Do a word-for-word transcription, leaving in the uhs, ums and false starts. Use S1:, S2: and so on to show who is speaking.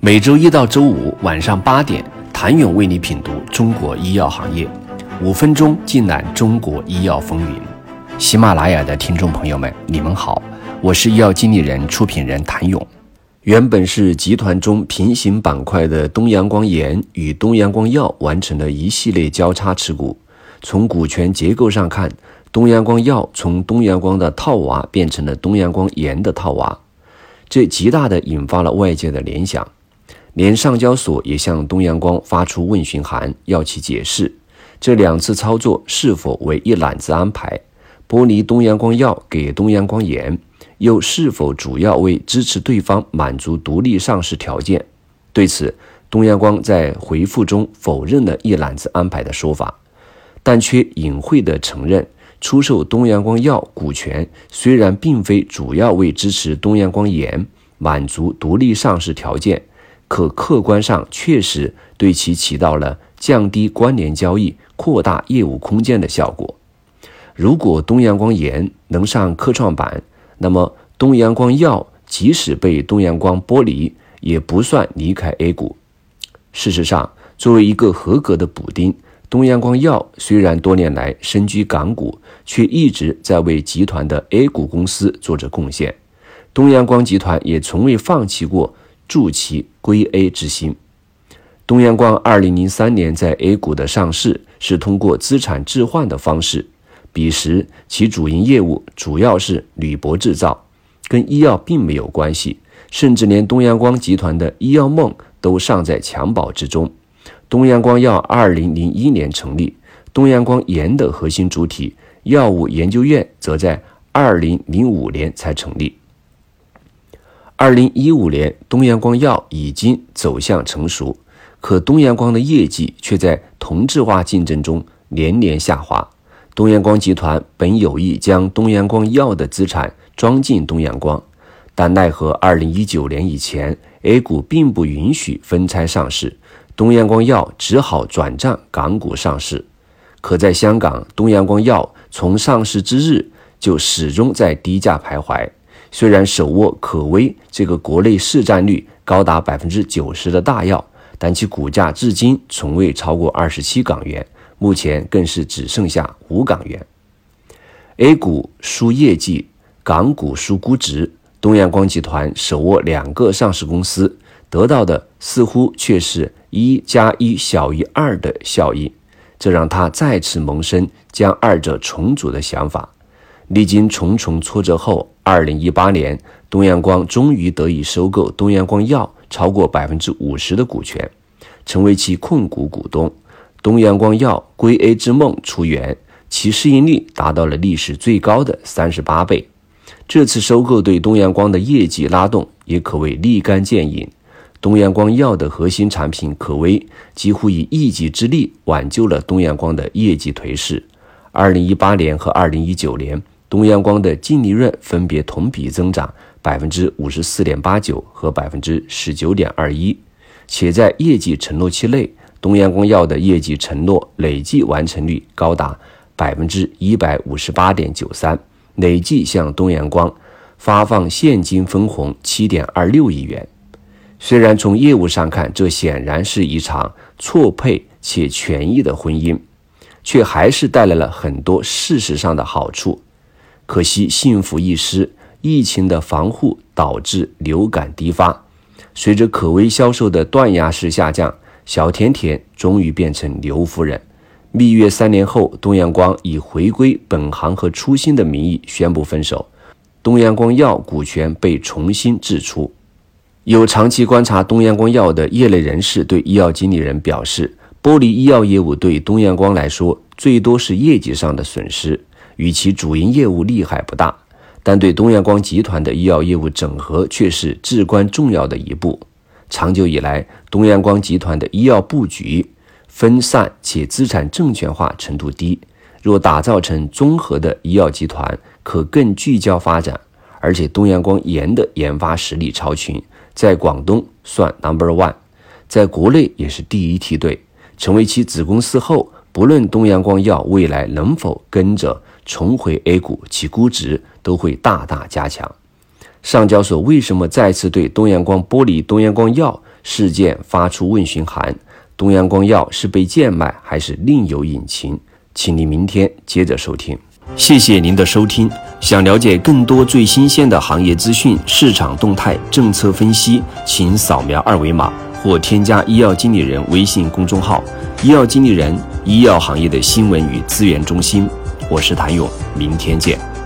S1: 每周一到周五晚上八点，谭勇为你品读中国医药行业，五分钟尽览中国医药风云。喜马拉雅的听众朋友们，你们好，我是医药经理人、出品人谭勇。原本是集团中平行板块的东阳光盐与东阳光药完成了一系列交叉持股。从股权结构上看，东阳光药从东阳光的套娃变成了东阳光盐的套娃，这极大地引发了外界的联想。连上交所也向东阳光发出问询函，要其解释这两次操作是否为一揽子安排，剥离东阳光药给东阳光盐，又是否主要为支持对方满足独立上市条件。对此，东阳光在回复中否认了一揽子安排的说法，但却隐晦地承认出售东阳光药股权虽然并非主要为支持东阳光盐满足独立上市条件，可客观上确实对其起到了降低关联交易、扩大业务空间的效果。如果东阳光盐能上科创板，那么东阳光药即使被东阳光剥离，也不算离开 A 股。事实上，作为一个合格的补丁，东阳光药虽然多年来身居港股，却一直在为集团的 A 股公司做着贡献。东阳光集团也从未放弃过助其归 A 之心。东阳光二零零三年在 A 股的上市是通过资产置换的方式，彼时其主营业务主要是铝箔制造，跟医药并没有关系，甚至连东阳光集团的医药梦都尚在襁褓之中。东阳光药二零零一年成立，东阳光盐的核心主体药物研究院则在二零零五年才成立。二零一五年，东阳光药已经走向成熟，可东阳光的业绩却在同质化竞争中连年下滑。东阳光集团本有意将东阳光药的资产装进东阳光，但奈何二零一九年以前 A 股并不允许分拆上市，东阳光药只好转战港股上市。可在香港，东阳光药从上市之日就始终在低价徘徊，虽然手握可微这个国内市占率高达 百分之九十 的大药，但其股价至今从未超过二十七港元，目前更是只剩下五港元。 A 股输业绩，港股输估值，东阳光集团手握两个上市公司，得到的似乎却是一加一小于二的效益，这让他再次萌生将二者重组的想法。历经重重挫折后，二零一八年东阳光终于得以收购东阳光药超过 百分之五十 的股权，成为其控股股东。东阳光药归 A 之梦出圆，其市盈率达到了历史最高的三十八倍。这次收购对东阳光的业绩拉动也可谓立竿见影。东阳光药的核心产品可微几乎以一己之力挽救了东阳光的业绩颓势。二零一八年和二零一九年，东阳光的净利润分别同比增长 百分之五十四点八九 和 百分之十九点二一， 且在业绩承诺期内，东阳光药的业绩承诺累计完成率高达 百分之一百五十八点九三， 累计向东阳光发放现金分红 七点二六亿元。虽然从业务上看，这显然是一场错配且权益的婚姻，却还是带来了很多事实上的好处。可惜幸福一失，疫情的防护导致流感低发，随着可微销售的断崖式下降，小甜甜终于变成刘夫人。蜜月三年后，东阳光以回归本行和初心的名义宣布分手，东阳光药股权被重新置出。有长期观察东阳光药的业内人士对医药经理人表示，剥离医药业务对东阳光来说最多是业绩上的损失，与其主营业务利害不大，但对东阳光集团的医药业务整合却是至关重要的一步。长久以来，东阳光集团的医药布局分散且资产证券化程度低，若打造成综合的医药集团，可更聚焦发展。而且东阳光盐的研发实力超群，在广东算 number one， 在国内也是第一梯队。成为其子公司后，不论东阳光药未来能否跟着重回 A 股，其估值都会大大加强。上交所为什么再次对东阳光剥离东阳光药事件发出问询函，东阳光药是被贱卖还是另有隐情？请您明天接着收听。谢谢您的收听。想了解更多最新鲜的行业资讯、市场动态、政策分析，请扫描二维码或添加医药经理人微信公众号“医药经理人”，医药行业的新闻与资源中心。我是谭勇，明天见。